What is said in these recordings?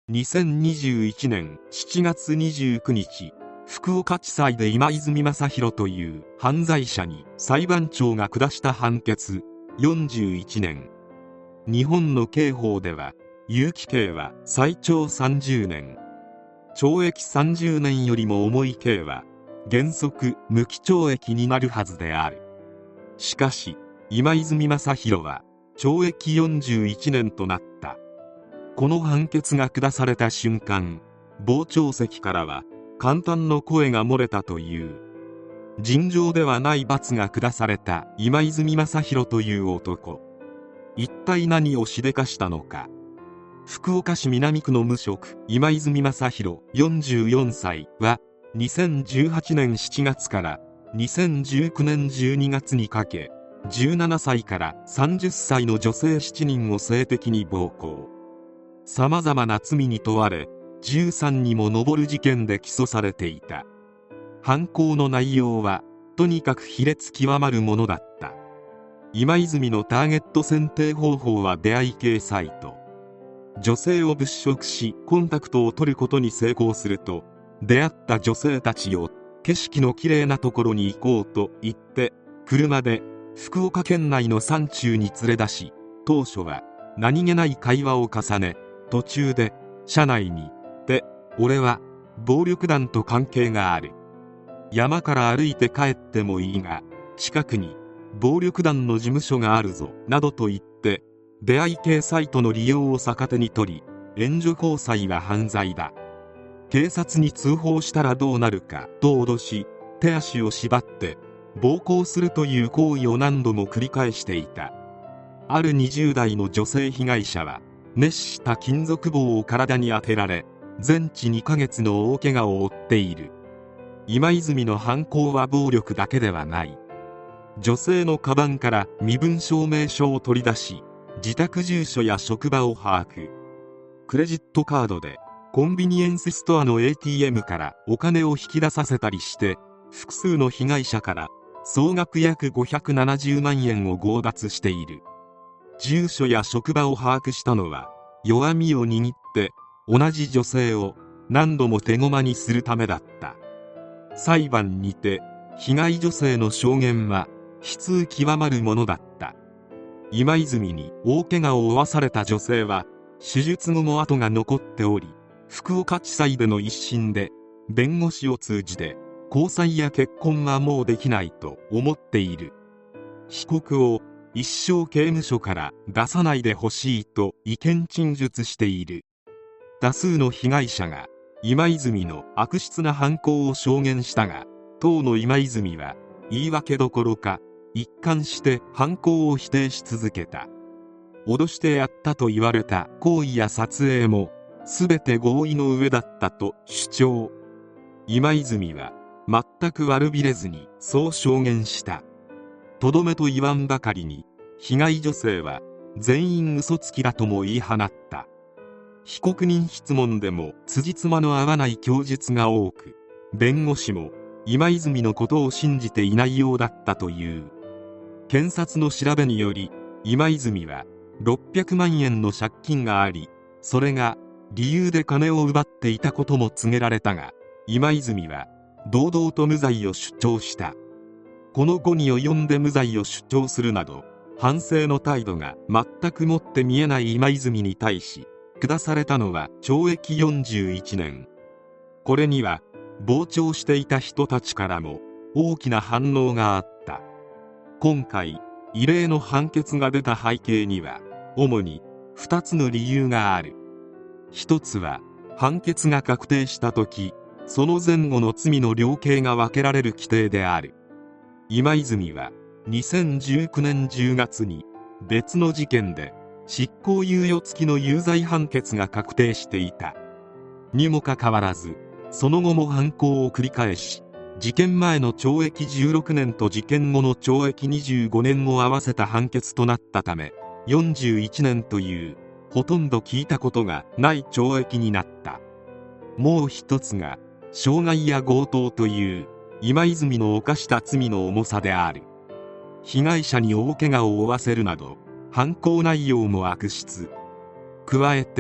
2021年7月29日、福岡地裁で今泉正弘という犯罪者に裁判長が下した判決、41年。日本の刑法では、有期刑は最長30年。懲役30年よりも重い刑は、原則無期懲役になるはずである。しかし、今泉正弘は、懲役41年となった。この判決が下された瞬間、傍聴席からは感嘆の声が漏れたという。尋常ではない罰が下された今泉正弘という男、一体何をしでかしたのか。福岡市南区の無職今泉正弘44歳は2018年7月から2019年12月にかけ、17歳から30歳の女性7人を性的に暴行。さまざまな罪に問われ、13にも上る事件で起訴されていた。犯行の内容はとにかく卑劣極まるものだった。今泉のターゲット選定方法は出会い系サイト。女性を物色しコンタクトを取ることに成功すると、出会った女性たちを景色のきれいなところに行こうと言って車で福岡県内の山中に連れ出し、当初は何気ない会話を重ね、途中で車内にで、俺は暴力団と関係がある、山から歩いて帰ってもいいが近くに暴力団の事務所があるぞなどと言って出会い系サイトの利用を逆手に取り、援助交際は犯罪だ、警察に通報したらどうなるかと脅し、手足を縛って暴行するという行為を何度も繰り返していた。ある20代の女性被害者は熱した金属棒を体に当てられ、全治2ヶ月の大怪我を負っている。今泉の犯行は暴力だけではない。女性のカバンから身分証明書を取り出し、自宅住所や職場を把握。クレジットカードでコンビニエンスストアの ATM からお金を引き出させたりして、複数の被害者から総額約570万円を強奪している。住所や職場を把握したのは、弱みを握って同じ女性を何度も手駒にするためだった。裁判にて被害女性の証言は悲痛極まるものだった。今泉に大怪我を負わされた女性は、手術後も跡が残っており、福岡地裁での一審で弁護士を通じて交際や結婚はもうできないと思っている。被告を一生刑務所から出さないでほしいと意見陳述している。多数の被害者が今泉の悪質な犯行を証言したが、当の今泉は言い訳どころか一貫して犯行を否定し続けた。脅してやったと言われた行為や撮影も全て合意の上だったと主張。今泉は全く悪びれずにそう証言した。とどめと言わんばかりに、被害女性は全員嘘つきだとも言い放った。被告人質問でも辻褄の合わない供述が多く、弁護士も今泉のことを信じていないようだったという。検察の調べにより、今泉は600万円の借金があり、それが理由で金を奪っていたことも告げられたが、今泉は堂々と無罪を主張した。この後に及んで無罪を主張するなど、反省の態度が全くもって見えない今泉に対し、下されたのは懲役41年。これには傍聴していた人たちからも大きな反応があった。今回異例の判決が出た背景には主に2つの理由がある。一つは判決が確定した時、その前後の罪の量刑が分けられる規定である。今泉は2019年10月に別の事件で執行猶予付きの有罪判決が確定していた。にもかかわらず、その後も犯行を繰り返し、事件前の懲役16年と事件後の懲役25年を合わせた判決となったため、41年というほとんど聞いたことがない懲役になった。もう一つが傷害や強盗という今泉の犯した罪の重さである。被害者に大怪我を負わせるなど犯行内容も悪質。加えて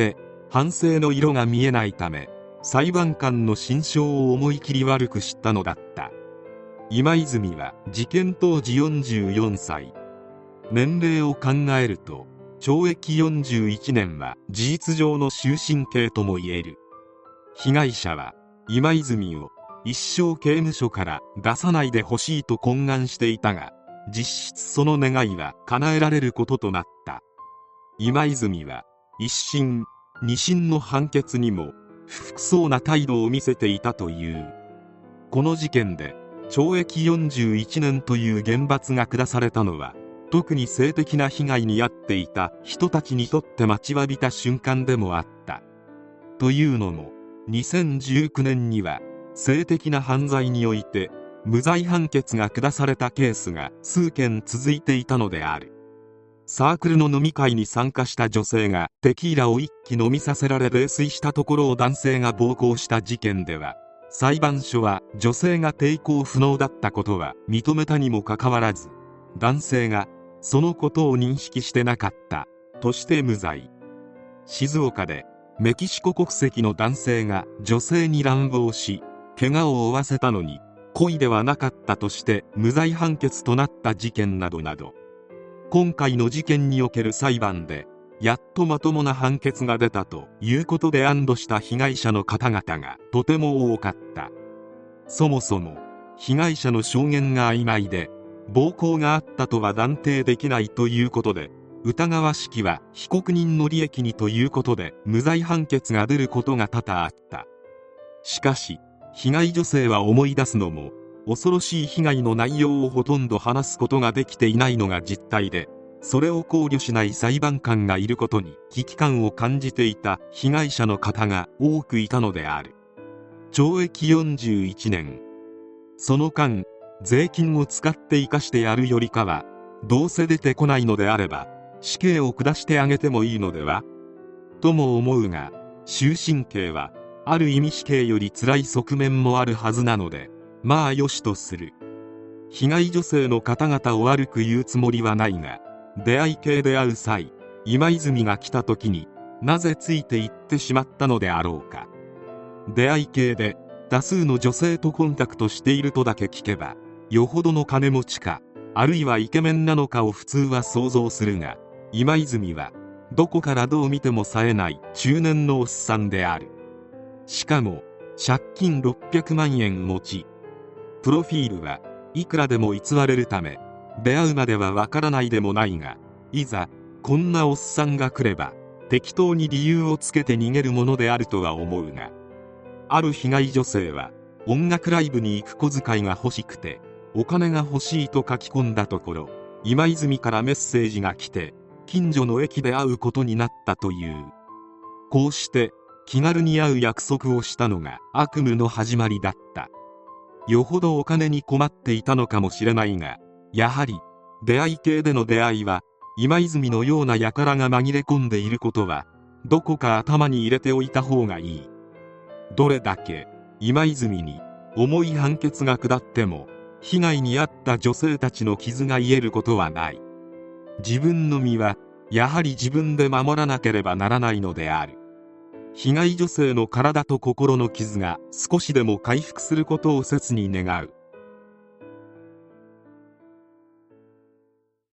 反省の色が見えないため、裁判官の心証を思い切り悪く知ったのだった。今泉は事件当時44歳。年齢を考えると懲役41年は事実上の終身刑とも言える。被害者は今泉を一生刑務所から出さないでほしいと懇願していたが、実質その願いは叶えられることとなった。今泉は一審二審の判決にも不服そうな態度を見せていたという。この事件で懲役41年という厳罰が下されたのは、特に性的な被害に遭っていた人たちにとって待ちわびた瞬間でもあった。というのも、2019年には性的な犯罪において無罪判決が下されたケースが数件続いていたのである。サークルの飲み会に参加した女性がテキーラを一気飲みさせられ泥酔したところを男性が暴行した事件では、裁判所は女性が抵抗不能だったことは認めたにもかかわらず、男性がそのことを認識してなかったとして無罪。静岡でメキシコ国籍の男性が女性に乱暴し怪我を負わせたのに故意ではなかったとして無罪判決となった事件などなど、今回の事件における裁判でやっとまともな判決が出たということで安堵した被害者の方々がとても多かった。そもそも被害者の証言が曖昧で、暴行があったとは断定できないということで、疑わしきは被告人の利益にということで無罪判決が出ることが多々あった。しかし被害女性は思い出すのも恐ろしい被害の内容をほとんど話すことができていないのが実態で、それを考慮しない裁判官がいることに危機感を感じていた被害者の方が多くいたのである。懲役41年。その間税金を使って生かしてやるよりかは、どうせ出てこないのであれば死刑を下してあげてもいいのではとも思うが、終身刑はある意味死刑より辛い側面もあるはずなので、まあよしとする。被害女性の方々を悪く言うつもりはないが、出会い系で会う際、今泉が来た時になぜついて行ってしまったのであろうか。出会い系で多数の女性とコンタクトしているとだけ聞けば、よほどの金持ちか、あるいはイケメンなのかを普通は想像するが、今泉はどこからどう見ても冴えない中年のおっさんである。しかも借金600万円持ち、プロフィールはいくらでも偽れるため出会うまではわからないでもないが、いざこんなおっさんが来れば適当に理由をつけて逃げるものであるとは思うが、ある被害女性は音楽ライブに行く小遣いが欲しくてお金が欲しいと書き込んだところ、今泉からメッセージが来て近所の駅で会うことになったという。こうして気軽に会う約束をしたのが悪夢の始まりだった。よほどお金に困っていたのかもしれないが、やはり出会い系での出会いは今泉のような輩が紛れ込んでいることはどこか頭に入れておいた方がいい。どれだけ今泉に重い判決が下っても被害に遭った女性たちの傷が癒えることはない。自分の身はやはり自分で守らなければならないのである。被害女性の体と心の傷が少しでも回復することを切に願う。